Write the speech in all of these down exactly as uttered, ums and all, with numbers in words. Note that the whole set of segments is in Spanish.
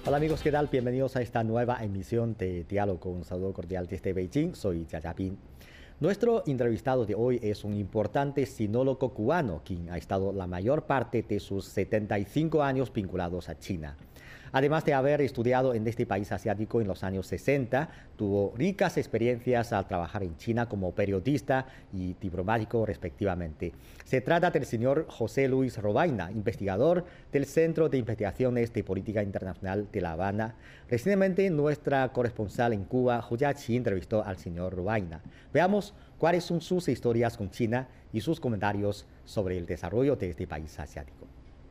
Hola amigos, ¿qué tal? Bienvenidos a esta nueva emisión de Diálogo. Un saludo cordial desde Beijing. Soy Jia Jiaping. Nuestro entrevistado de hoy es un importante sinólogo cubano, quien ha estado la mayor parte de sus setenta y cinco años vinculados a China. Además de haber estudiado en este país asiático en los años sesenta, tuvo ricas experiencias al trabajar en China como periodista y diplomático respectivamente. Se trata del señor José Luis Robaina, investigador del Centro de Investigaciones de Política Internacional de La Habana. Recientemente, nuestra corresponsal en Cuba, Julia Chi, entrevistó al señor Robaina. Veamos cuáles son sus historias con China y sus comentarios sobre el desarrollo de este país asiático.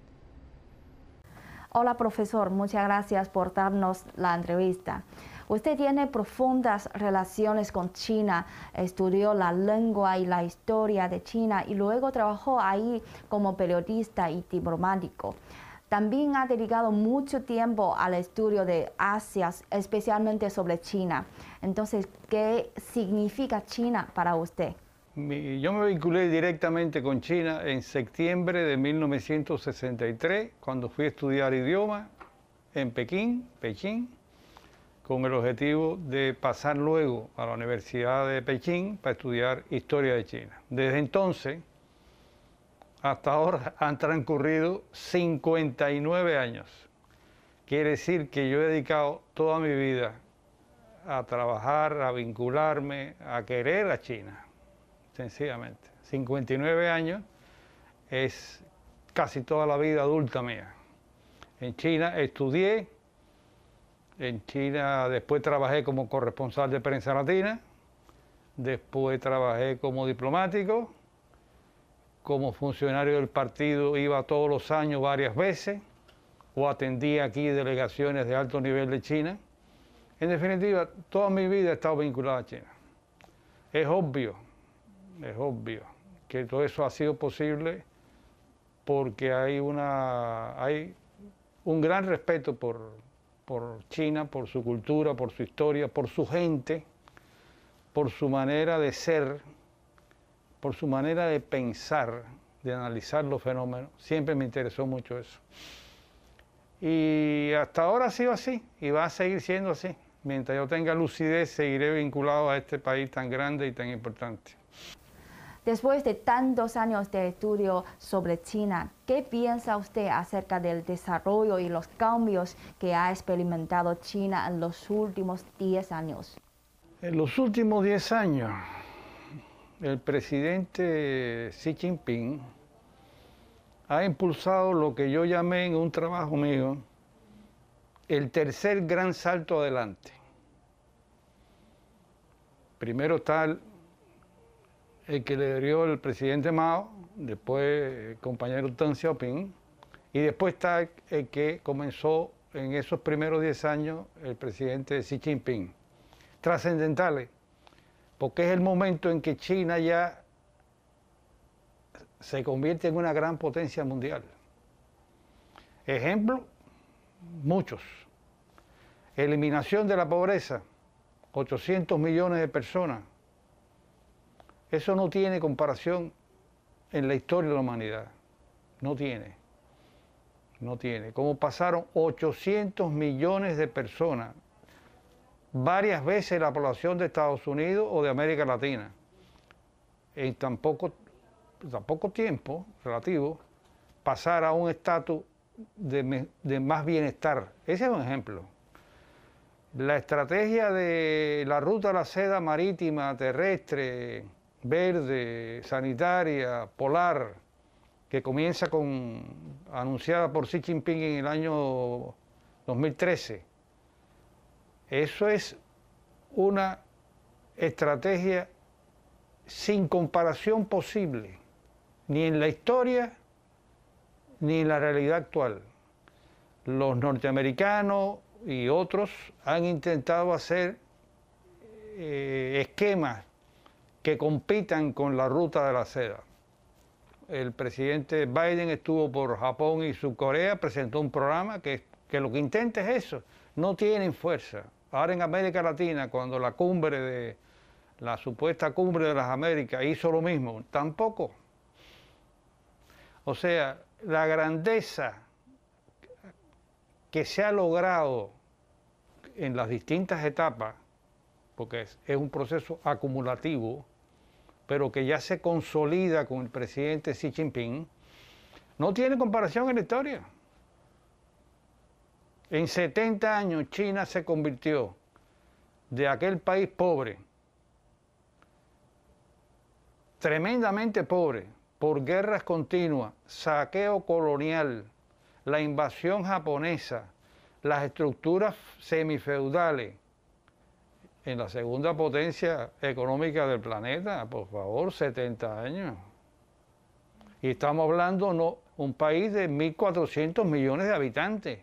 Hola profesor, muchas gracias por darnos la entrevista. Usted tiene profundas relaciones con China, estudió la lengua y la historia de China y luego trabajó ahí como periodista y diplomático. También ha dedicado mucho tiempo al estudio de Asia, especialmente sobre China. Entonces, ¿qué significa China para usted? Yo me vinculé directamente con China en septiembre de mil novecientos sesenta y tres, cuando fui a estudiar idioma en Pekín, Pekín, con el objetivo de pasar luego a la Universidad de Pekín para estudiar historia de China. Desde entonces hasta ahora han transcurrido cincuenta y nueve años. Quiere decir que yo he dedicado toda mi vida a trabajar, a vincularme, a querer a China. Sencillamente, cincuenta y nueve años es casi toda la vida adulta mía. En China estudié, en China después trabajé como corresponsal de prensa latina, después trabajé como diplomático, como funcionario del partido iba todos los años varias veces, o atendía aquí delegaciones de alto nivel de China. En definitiva, toda mi vida he estado vinculada a China. Es obvio. Es obvio que todo eso ha sido posible porque hay, una, hay un gran respeto por, por China, por su cultura, por su historia, por su gente, por su manera de ser, por su manera de pensar, de analizar los fenómenos. Siempre me interesó mucho eso. Y hasta ahora ha sido así y va a seguir siendo así. Mientras yo tenga lucidez, seguiré vinculado a este país tan grande y tan importante. Después de tantos años de estudio sobre China, ¿qué piensa usted acerca del desarrollo y los cambios que ha experimentado China en los últimos diez años? En los últimos diez años, el presidente Xi Jinping ha impulsado lo que yo llamé en un trabajo mío el tercer gran salto adelante. Primero está el el que le dio el presidente Mao, después el compañero Deng Xiaoping, y después está el que comenzó en esos primeros diez años el presidente Xi Jinping. Trascendentales, porque es el momento en que China ya se convierte en una gran potencia mundial. Ejemplo, muchos. Eliminación de la pobreza, ochocientos millones de personas. Eso no tiene comparación en la historia de la humanidad. No tiene. No tiene. Como pasaron ochocientos millones de personas, varias veces la población de Estados Unidos o de América Latina, en tan poco, tan poco tiempo relativo, pasar a un estatus de, de más bienestar. Ese es un ejemplo. La estrategia de la ruta de la seda marítima, terrestre, verde, sanitaria, polar, que comienza con, anunciada por Xi Jinping en el año dos mil trece. Eso es una estrategia sin comparación posible, ni en la historia, ni en la realidad actual. Los norteamericanos y otros han intentado hacer eh, esquemas que compitan con la ruta de la seda. El presidente Biden estuvo por Japón y Surcorea, presentó un programa que, que lo que intenta es eso, no tienen fuerza. Ahora en América Latina, cuando la cumbre de, la supuesta cumbre de las Américas hizo lo mismo, tampoco. O sea, la grandeza que se ha logrado en las distintas etapas, porque es, es un proceso acumulativo, pero que ya se consolida con el presidente Xi Jinping, no tiene comparación en la historia. En setenta años China se convirtió de aquel país pobre, tremendamente pobre, por guerras continuas, saqueo colonial, la invasión japonesa, las estructuras semifeudales, en la segunda potencia económica del planeta, por favor, setenta años. Y estamos hablando de no, un país de mil cuatrocientos millones de habitantes.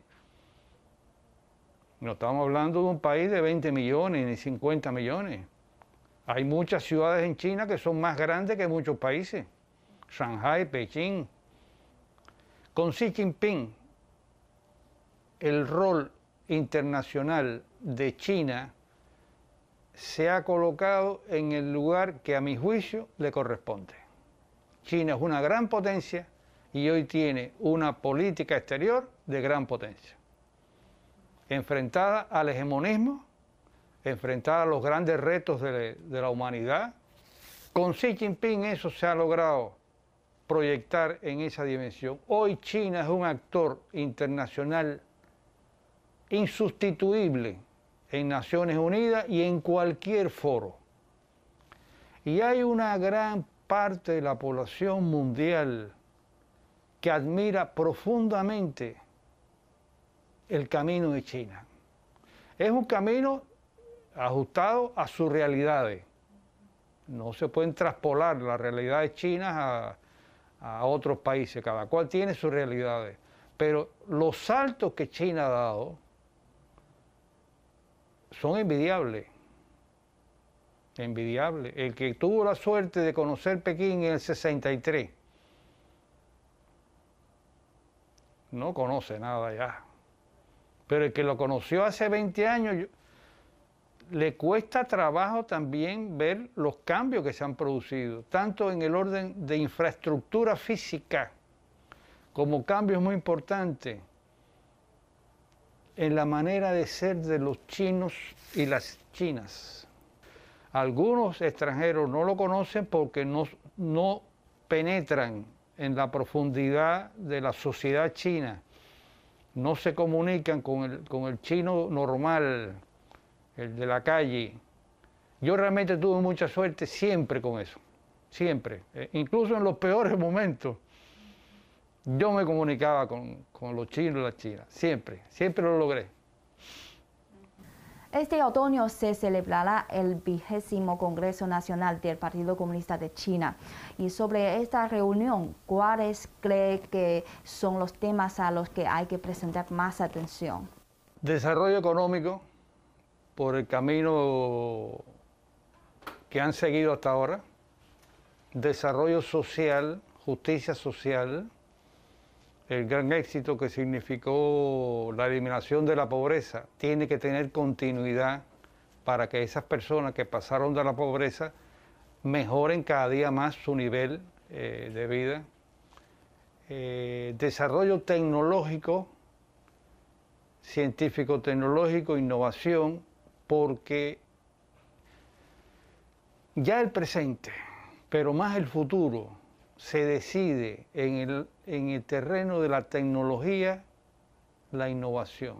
No estamos hablando de un país de veinte millones ni cincuenta millones. Hay muchas ciudades en China que son más grandes que muchos países. Shanghai, Pekín. Con Xi Jinping, el rol internacional de China se ha colocado en el lugar que a mi juicio le corresponde. China es una gran potencia y hoy tiene una política exterior de gran potencia, enfrentada al hegemonismo, enfrentada a los grandes retos de, de la humanidad. Con Xi Jinping eso se ha logrado proyectar en esa dimensión. Hoy China es un actor internacional insustituible en Naciones Unidas y en cualquier foro. Y hay una gran parte de la población mundial que admira profundamente el camino de China. Es un camino ajustado a sus realidades. No se pueden traspolar las realidades chinas a, a otros países, cada cual tiene sus realidades. Pero los saltos que China ha dado son envidiables, envidiables. El que tuvo la suerte de conocer Pekín en el sesenta y tres, no conoce nada ya. Pero el que lo conoció hace veinte años, le cuesta trabajo también ver los cambios que se han producido, tanto en el orden de infraestructura física, como cambios muy importantes en la manera de ser de los chinos y las chinas. Algunos extranjeros no lo conocen porque no, no penetran en la profundidad de la sociedad china, no se comunican con el, con el chino normal, el de la calle. Yo realmente tuve mucha suerte siempre con eso, siempre, eh, incluso en los peores momentos. Yo me comunicaba con, con los chinos y las chinas, siempre, siempre lo logré. Este otoño se celebrará el vigésimo Congreso Nacional del Partido Comunista de China. Y sobre esta reunión, ¿cuáles cree que son los temas a los que hay que presentar más atención? Desarrollo económico, por el camino que han seguido hasta ahora. Desarrollo social, justicia social, el gran éxito que significó la eliminación de la pobreza tiene que tener continuidad para que esas personas que pasaron de la pobreza mejoren cada día más su nivel eh, de vida. Eh, desarrollo tecnológico, científico-tecnológico, innovación, porque ya el presente, pero más el futuro, se decide en el, en el terreno de la tecnología, la innovación.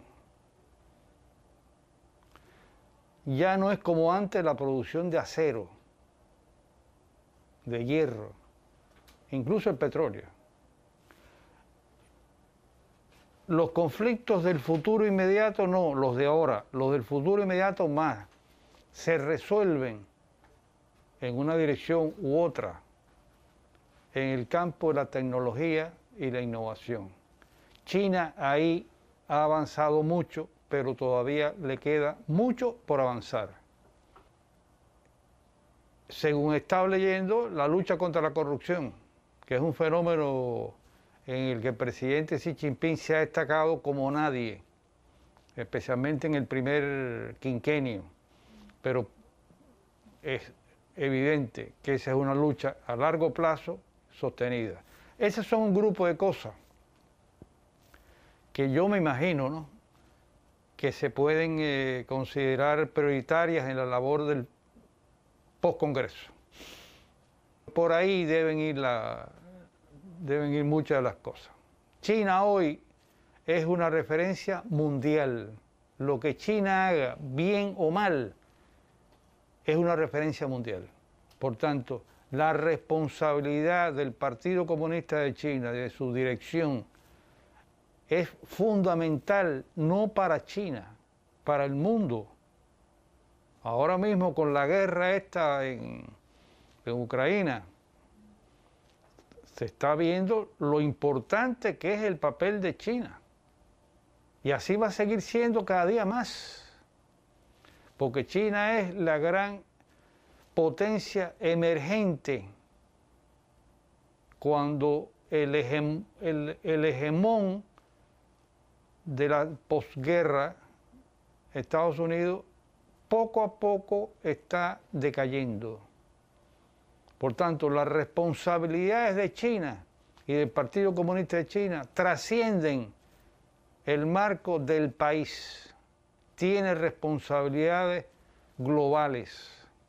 Ya no es como antes la producción de acero, de hierro, incluso el petróleo. Los conflictos del futuro inmediato no, los de ahora, los del futuro inmediato más, se resuelven en una dirección u otra, en el campo de la tecnología y la innovación. China ahí ha avanzado mucho, pero todavía le queda mucho por avanzar. Según estaba leyendo, la lucha contra la corrupción, que es un fenómeno en el que el presidente Xi Jinping se ha destacado como nadie, especialmente en el primer quinquenio, pero es evidente que esa es una lucha a largo plazo sostenida. Esos son un grupo de cosas que yo me imagino, ¿no?, que se pueden eh, considerar prioritarias en la labor del postcongreso. Por ahí deben ir, la, deben ir muchas de las cosas. China hoy es una referencia mundial. Lo que China haga, bien o mal, es una referencia mundial. Por tanto, la responsabilidad del Partido Comunista de China, de su dirección, es fundamental no para China, para el mundo. Ahora mismo con la guerra esta en, en Ucrania, se está viendo lo importante que es el papel de China. Y así va a seguir siendo cada día más, porque China es la gran potencia emergente cuando el, hegem, el, el hegemón de la posguerra, Estados Unidos, poco a poco está decayendo. Por tanto, las responsabilidades de China y del Partido Comunista de China trascienden el marco del país. Tiene responsabilidades globales.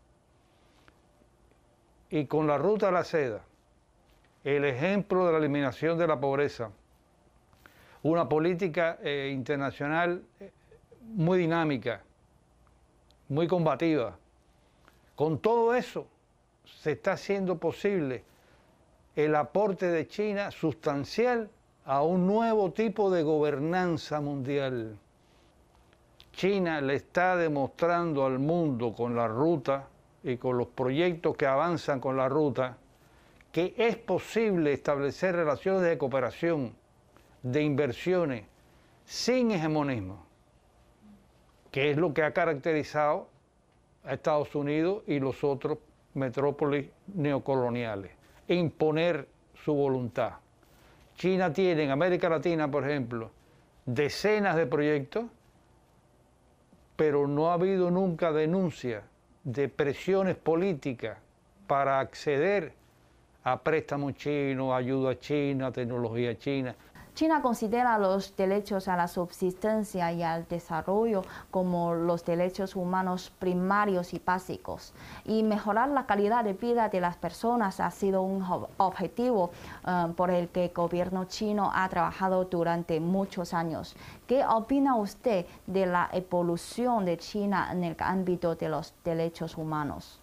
Y con la ruta a la seda, el ejemplo de la eliminación de la pobreza, una política eh, internacional muy dinámica, muy combativa. Con todo eso se está haciendo posible el aporte de China sustancial a un nuevo tipo de gobernanza mundial. China le está demostrando al mundo con la ruta y con los proyectos que avanzan con la ruta que es posible establecer relaciones de cooperación, de inversiones, sin hegemonismo, que es lo que ha caracterizado a Estados Unidos y los otros metrópolis neocoloniales, imponer su voluntad. China tiene en América Latina, por ejemplo, decenas de proyectos, pero no ha habido nunca denuncia de presiones políticas para acceder a préstamos chinos, ayuda china, tecnología china. China considera los derechos a la subsistencia y al desarrollo como los derechos humanos primarios y básicos. Y mejorar la calidad de vida de las personas ha sido un objetivo uh, por el que el gobierno chino ha trabajado durante muchos años. ¿Qué opina usted de la evolución de China en el ámbito de los derechos humanos?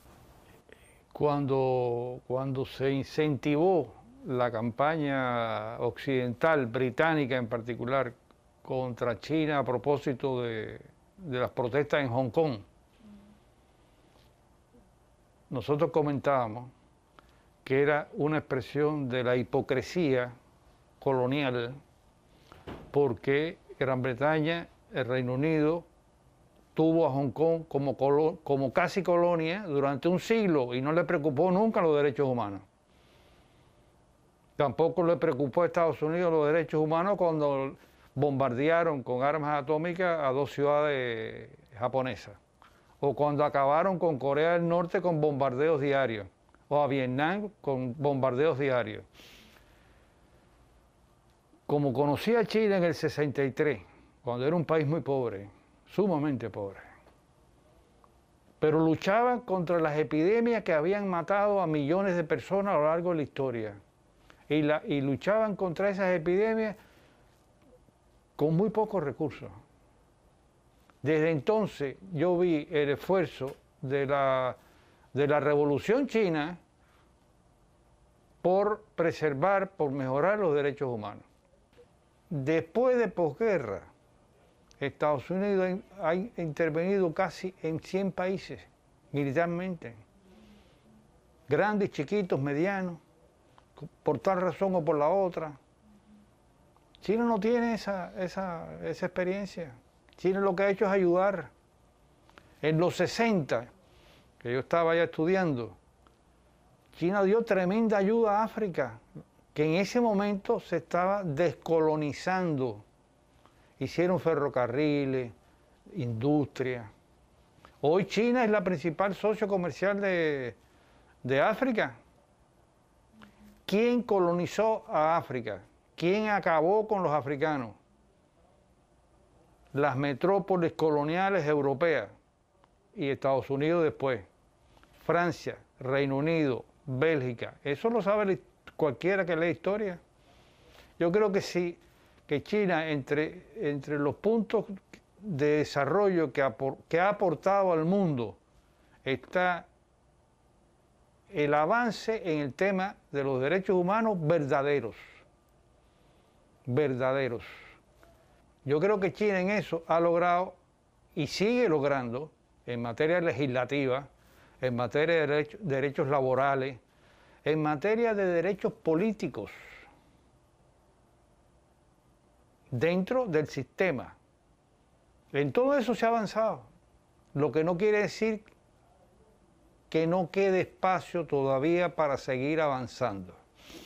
Cuando, cuando se incentivó la campaña occidental, británica en particular, contra China a propósito de, de las protestas en Hong Kong, nosotros comentábamos que era una expresión de la hipocresía colonial, porque Gran Bretaña, el Reino Unido, tuvo a Hong Kong como, como casi colonia durante un siglo y no le preocupó nunca los derechos humanos. Tampoco le preocupó a Estados Unidos los derechos humanos cuando bombardearon con armas atómicas a dos ciudades japonesas, o cuando acabaron con Corea del Norte con bombardeos diarios, o a Vietnam con bombardeos diarios. Como conocí a Chile en el sesenta y tres, cuando era un país muy pobre, sumamente pobre, pero luchaban contra las epidemias que habían matado a millones de personas a lo largo de la historia. Y, la, y luchaban contra esas epidemias con muy pocos recursos. Desde entonces yo vi el esfuerzo de la, de la Revolución China por preservar, por mejorar los derechos humanos. Después de posguerra, Estados Unidos ha, ha intervenido casi en cien países militarmente, grandes, chiquitos, medianos, por tal razón o por la otra. China no tiene esa, esa, esa experiencia. China lo que ha hecho es ayudar. En los sesenta, que yo estaba ya estudiando, China dio tremenda ayuda a África, que en ese momento se estaba descolonizando. Hicieron ferrocarriles, industria. Hoy China es la principal socio comercial de, de África. ¿Quién colonizó a África? ¿Quién acabó con los africanos? las metrópolis coloniales europeas y Estados Unidos después, Francia, Reino Unido, Bélgica, eso lo sabe cualquiera que lee historia. Yo creo que sí, que China entre, entre los puntos de desarrollo que, apor, que ha aportado al mundo está el avance en el tema de los derechos humanos verdaderos, verdaderos. Yo creo que China en eso ha logrado y sigue logrando en materia legislativa, en materia de derechos, derechos laborales, en materia de derechos políticos, dentro del sistema. En todo eso se ha avanzado, lo que no quiere decir que no quede espacio todavía para seguir avanzando.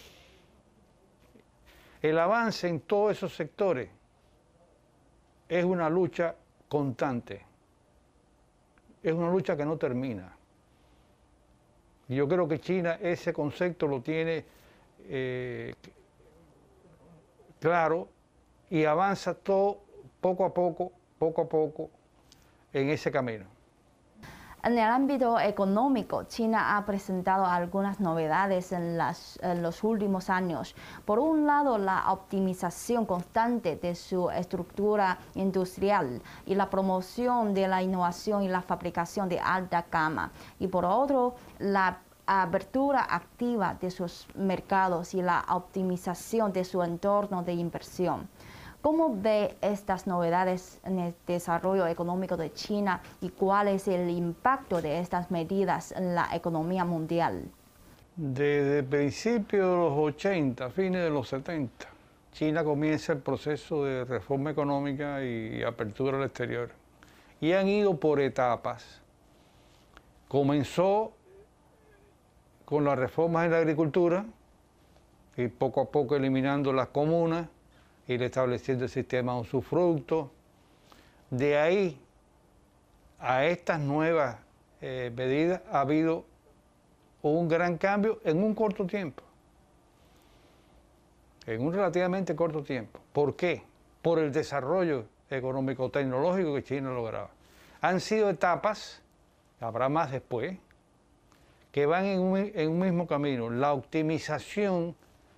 El avance en todos esos sectores es una lucha constante, es una lucha que no termina. Y yo creo que China ese concepto lo tiene eh, claro y avanza todo poco a poco, poco a poco en ese camino. En el ámbito económico, China ha presentado algunas novedades en, las, en los últimos años. Por un lado, la optimización constante de su estructura industrial y la promoción de la innovación y la fabricación de alta gama. Y por otro, la apertura activa de sus mercados y la optimización de su entorno de inversión. ¿Cómo ve estas novedades en el desarrollo económico de China y cuál es el impacto de estas medidas en la economía mundial? Desde principios de los ochenta, fines de los setenta, China comienza el proceso de reforma económica y apertura al exterior. Y han ido por etapas. Comenzó con las reformas en la agricultura y poco a poco eliminando las comunas, ir estableciendo el sistema de usufructo. De ahí a estas nuevas eh, medidas ha habido un gran cambio en un corto tiempo, en un relativamente corto tiempo. ¿Por qué? Por el desarrollo económico-tecnológico que China ha logrado. Han sido etapas, habrá más después, que van en un, en un mismo camino, la optimización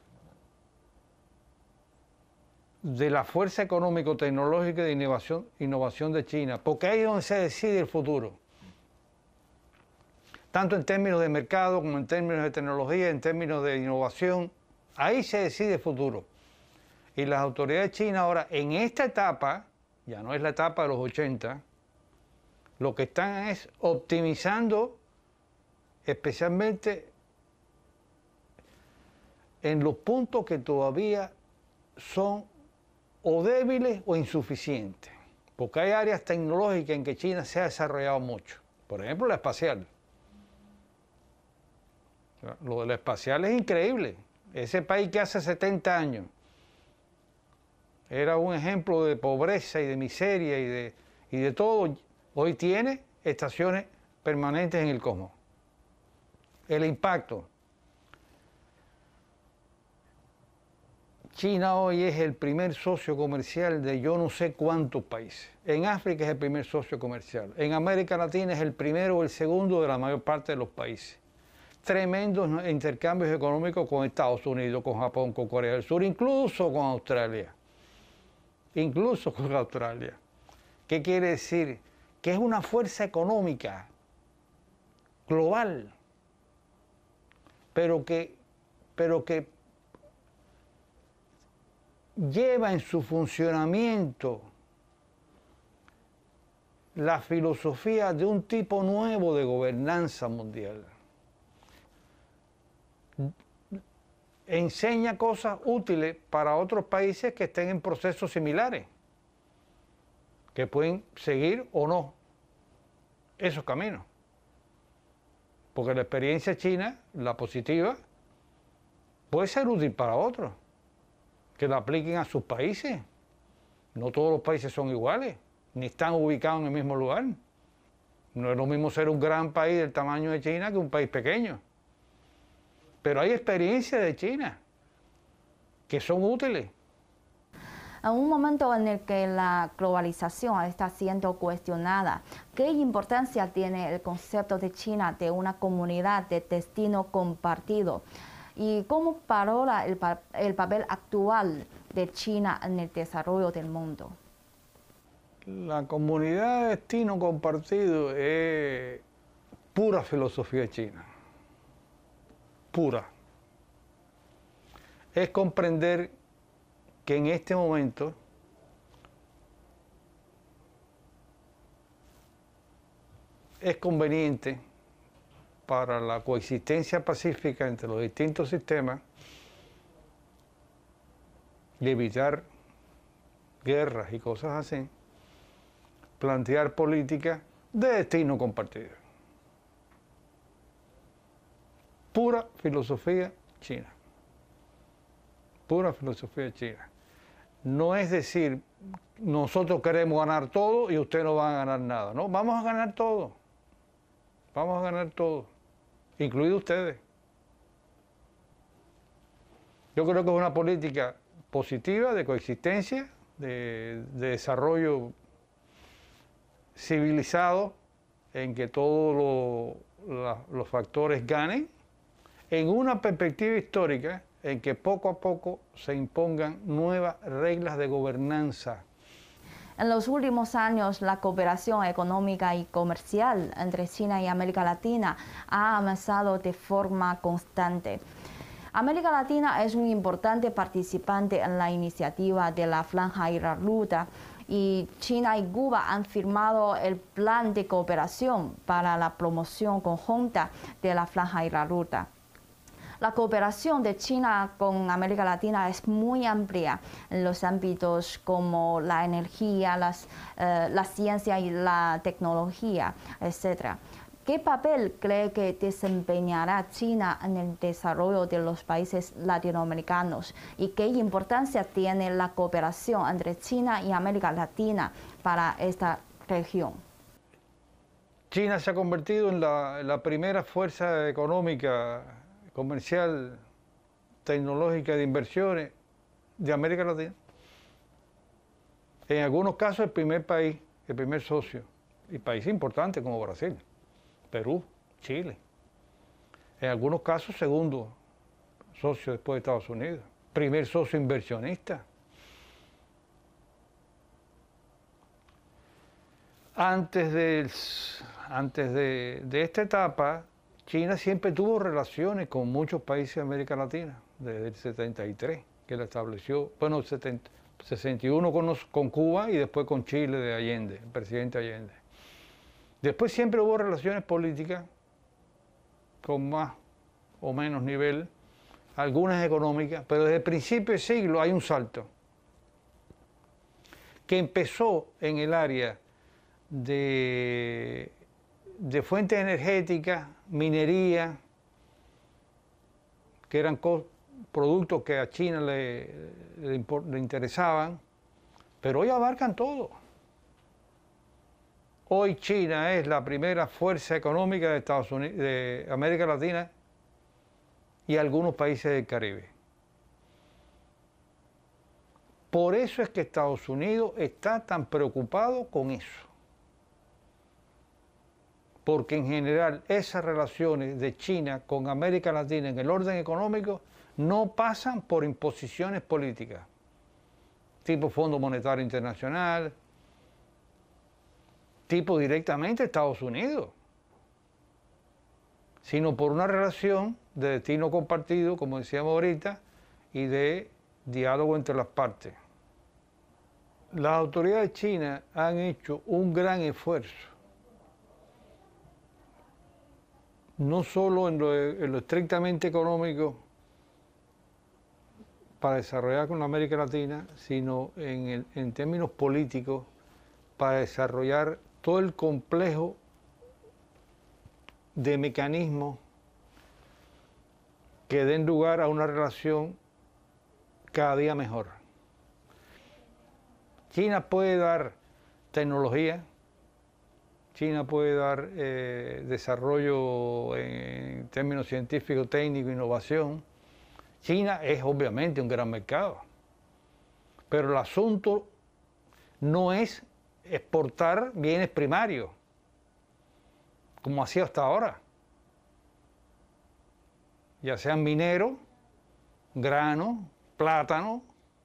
de la fuerza económico-tecnológica de innovación, innovación de China, porque ahí es donde se decide el futuro, tanto en términos de mercado como en términos de tecnología, en términos de innovación, ahí se decide el futuro. Y las autoridades chinas ahora, en esta etapa, ya no es la etapa de los ochenta, lo que están es optimizando especialmente en los puntos que todavía son o débiles o insuficientes, porque hay áreas tecnológicas en que China se ha desarrollado mucho, por ejemplo la espacial. Lo de la espacial es increíble. Ese país que hace setenta años era un ejemplo de pobreza y de miseria y de, y de todo, hoy tiene estaciones permanentes en el cosmos. El impacto. China hoy es el primer socio comercial de yo no sé cuántos países. En África es el primer socio comercial. En América Latina es el primero o el segundo de la mayor parte de los países. Tremendos intercambios económicos con Estados Unidos, con Japón, con Corea del Sur, incluso con Australia. Incluso con Australia. ¿Qué quiere decir? Que es una fuerza económica global, pero que, pero que lleva en su funcionamiento la filosofía de un tipo nuevo de gobernanza mundial. Enseña cosas útiles para otros países que estén en procesos similares, que pueden seguir o no esos caminos. Porque la experiencia china, la positiva, puede ser útil para otros, que la apliquen a sus países. No todos los países son iguales, ni están ubicados en el mismo lugar. No es lo mismo ser un gran país del tamaño de China que un país pequeño. Pero hay experiencias de China que son útiles. En un momento en el que la globalización está siendo cuestionada, ¿qué importancia tiene el concepto de China de una comunidad de destino compartido? ¿Y cómo valora el, pa el papel actual de China en el desarrollo del mundo? La comunidad de destino compartido es pura filosofía china, pura. Es comprender que en este momento es conveniente para la coexistencia pacífica entre los distintos sistemas y evitar guerras y cosas así, plantear políticas de destino compartido. Pura filosofía china. Pura filosofía china. No es decir, nosotros queremos ganar todo y ustedes no van a ganar nada. No, vamos a ganar todo. Vamos a ganar todo, incluidos ustedes. Yo creo que es una política positiva de coexistencia, de, de desarrollo civilizado, en que todos lo, la, los factores ganen, en una perspectiva histórica en que poco a poco se impongan nuevas reglas de gobernanza. En los últimos años, la cooperación económica y comercial entre China y América Latina ha avanzado de forma constante. América Latina es un importante participante en la iniciativa de la Franja y la Ruta, y China y Cuba han firmado el plan de cooperación para la promoción conjunta de la Franja y la Ruta. La cooperación de China con América Latina es muy amplia en los ámbitos como la energía, las, eh, la ciencia y la tecnología, etcétera. ¿Qué papel cree que desempeñará China en el desarrollo de los países latinoamericanos? ¿Y qué importancia tiene la cooperación entre China y América Latina para esta región? China se ha convertido en la, en la primera fuerza económica, comercial, tecnológica de inversiones de América Latina. En algunos casos el primer país, el primer socio, y países importantes como Brasil, Perú, Chile. En algunos casos segundo socio después de Estados Unidos, primer socio inversionista. Antes de, antes de, de esta etapa, China siempre tuvo relaciones con muchos países de América Latina, desde el setenta y tres, que la estableció, bueno, setenta, sesenta y uno con, los, con Cuba y después con Chile de Allende, el presidente Allende. Después siempre hubo relaciones políticas con más o menos nivel, algunas económicas, pero desde el principio del siglo hay un salto que empezó en el área de, de fuentes energéticas, minería, que eran productos que a China le, le, le interesaban, pero hoy abarcan todo. Hoy China es la primera fuerza económica de Estados Unidos, de América Latina y algunos países del Caribe. Por eso es que Estados Unidos está tan preocupado con eso. Porque en general esas relaciones de China con América Latina en el orden económico no pasan por imposiciones políticas, tipo Fondo Monetario Internacional, tipo directamente Estados Unidos, sino por una relación de destino compartido, como decíamos ahorita, y de diálogo entre las partes. Las autoridades chinas han hecho un gran esfuerzo, no solo en lo, en lo estrictamente económico para desarrollar con la América Latina, sino en, el, en términos políticos para desarrollar todo el complejo de mecanismos que den lugar a una relación cada día mejor. China puede dar tecnología, China puede dar eh, desarrollo en términos científicos, técnicos, innovación. China es obviamente un gran mercado, Pero el asunto no es exportar bienes primarios, como ha sido hasta ahora, ya sean mineros, grano, plátano,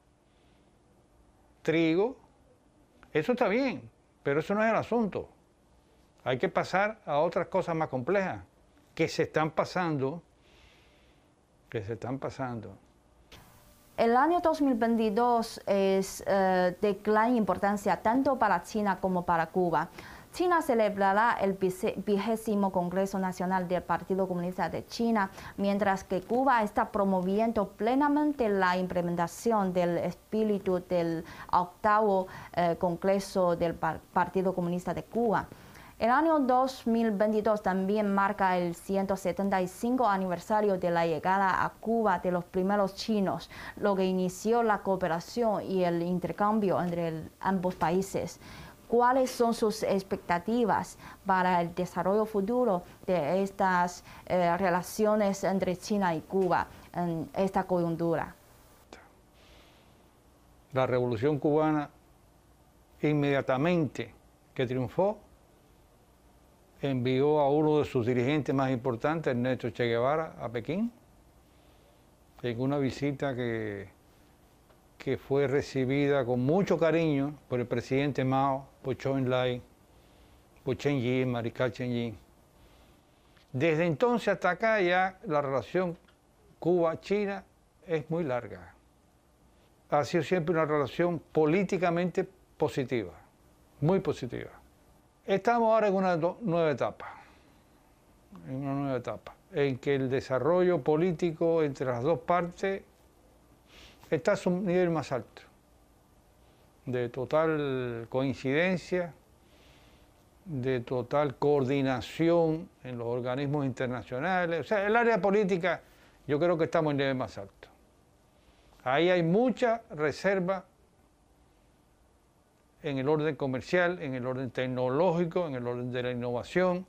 trigo. Eso está bien, pero eso no es el asunto. Hay que pasar a otras cosas más complejas que se están pasando, que se están pasando. El año dos mil veintidós es eh, de gran importancia tanto para China como para Cuba. China celebrará el vigésimo Congreso Nacional del Partido Comunista de China, mientras que Cuba está promoviendo plenamente la implementación del espíritu del octavo eh, Congreso del Partido Comunista de Cuba. El año dos mil veintidós también marca el ciento setenta y cinco aniversario de la llegada a Cuba de los primeros chinos, lo que inició la cooperación y el intercambio entre el, ambos países. ¿Cuáles son sus expectativas para el desarrollo futuro de estas eh, relaciones entre China y Cuba en esta coyuntura? La Revolución Cubana, inmediatamente que triunfó, envió a uno de sus dirigentes más importantes, Ernesto Che Guevara, a Pekín, en una visita que, que fue recibida con mucho cariño por el presidente Mao, por Zhou Enlai, por Chen Yi, mariscal Chen Yi. Desde entonces hasta acá ya la relación Cuba-China es muy larga. Ha sido siempre una relación políticamente positiva, muy positiva. Estamos ahora en una nueva etapa, en una nueva etapa, en que el desarrollo político entre las dos partes está a un nivel más alto, de total coincidencia, de total coordinación en los organismos internacionales. O sea, el área política yo creo que estamos en nivel más alto. Ahí hay mucha reserva en el orden comercial, en el orden tecnológico, en el orden de la innovación.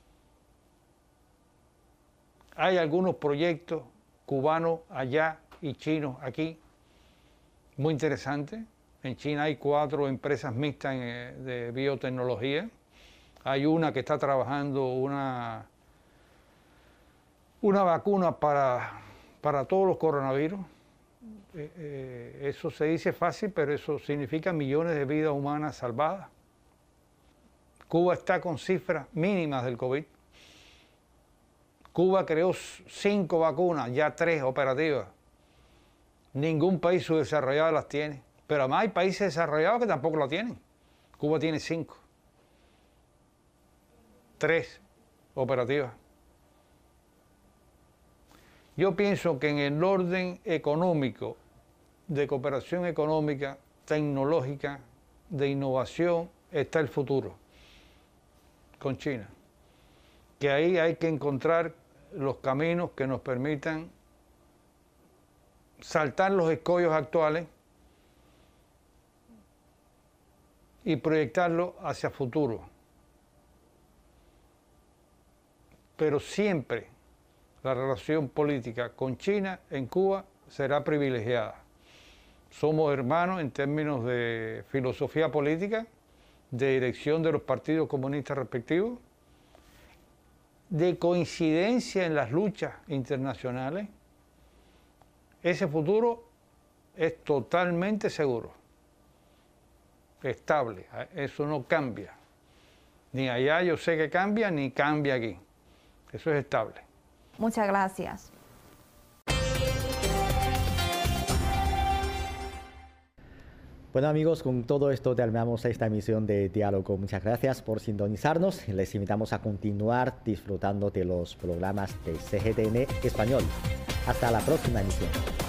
Hay algunos proyectos cubanos allá y chinos aquí, muy interesantes. En China hay cuatro empresas mixtas en, de biotecnología. Hay una que está trabajando una, una vacuna para, para todos los coronavirus. Eh, eh, eso se dice fácil, pero eso significa millones de vidas humanas salvadas. Cuba está con cifras mínimas del COVID. Cuba creó cinco vacunas, ya tres operativas. Ningún país subdesarrollado las tiene. Pero además hay países desarrollados que tampoco la tienen. Cuba tiene cinco. Tres operativas. Yo pienso que en el orden económico, de cooperación económica, tecnológica, de innovación, está el futuro con China. Que ahí hay que encontrar los caminos que nos permitan saltar los escollos actuales y proyectarlo hacia el futuro. Pero siempre la relación política con China en Cuba será privilegiada. Somos hermanos en términos de filosofía política, de dirección de los partidos comunistas respectivos, de coincidencia en las luchas internacionales. Ese futuro es totalmente seguro, estable, eso no cambia. Ni allá yo sé que cambia, ni cambia aquí. Eso es estable. Muchas gracias. Bueno amigos, con todo esto terminamos esta emisión de Diálogo. Muchas gracias por sintonizarnos. Les invitamos a continuar disfrutando de los programas de C G T N Español. Hasta la próxima emisión.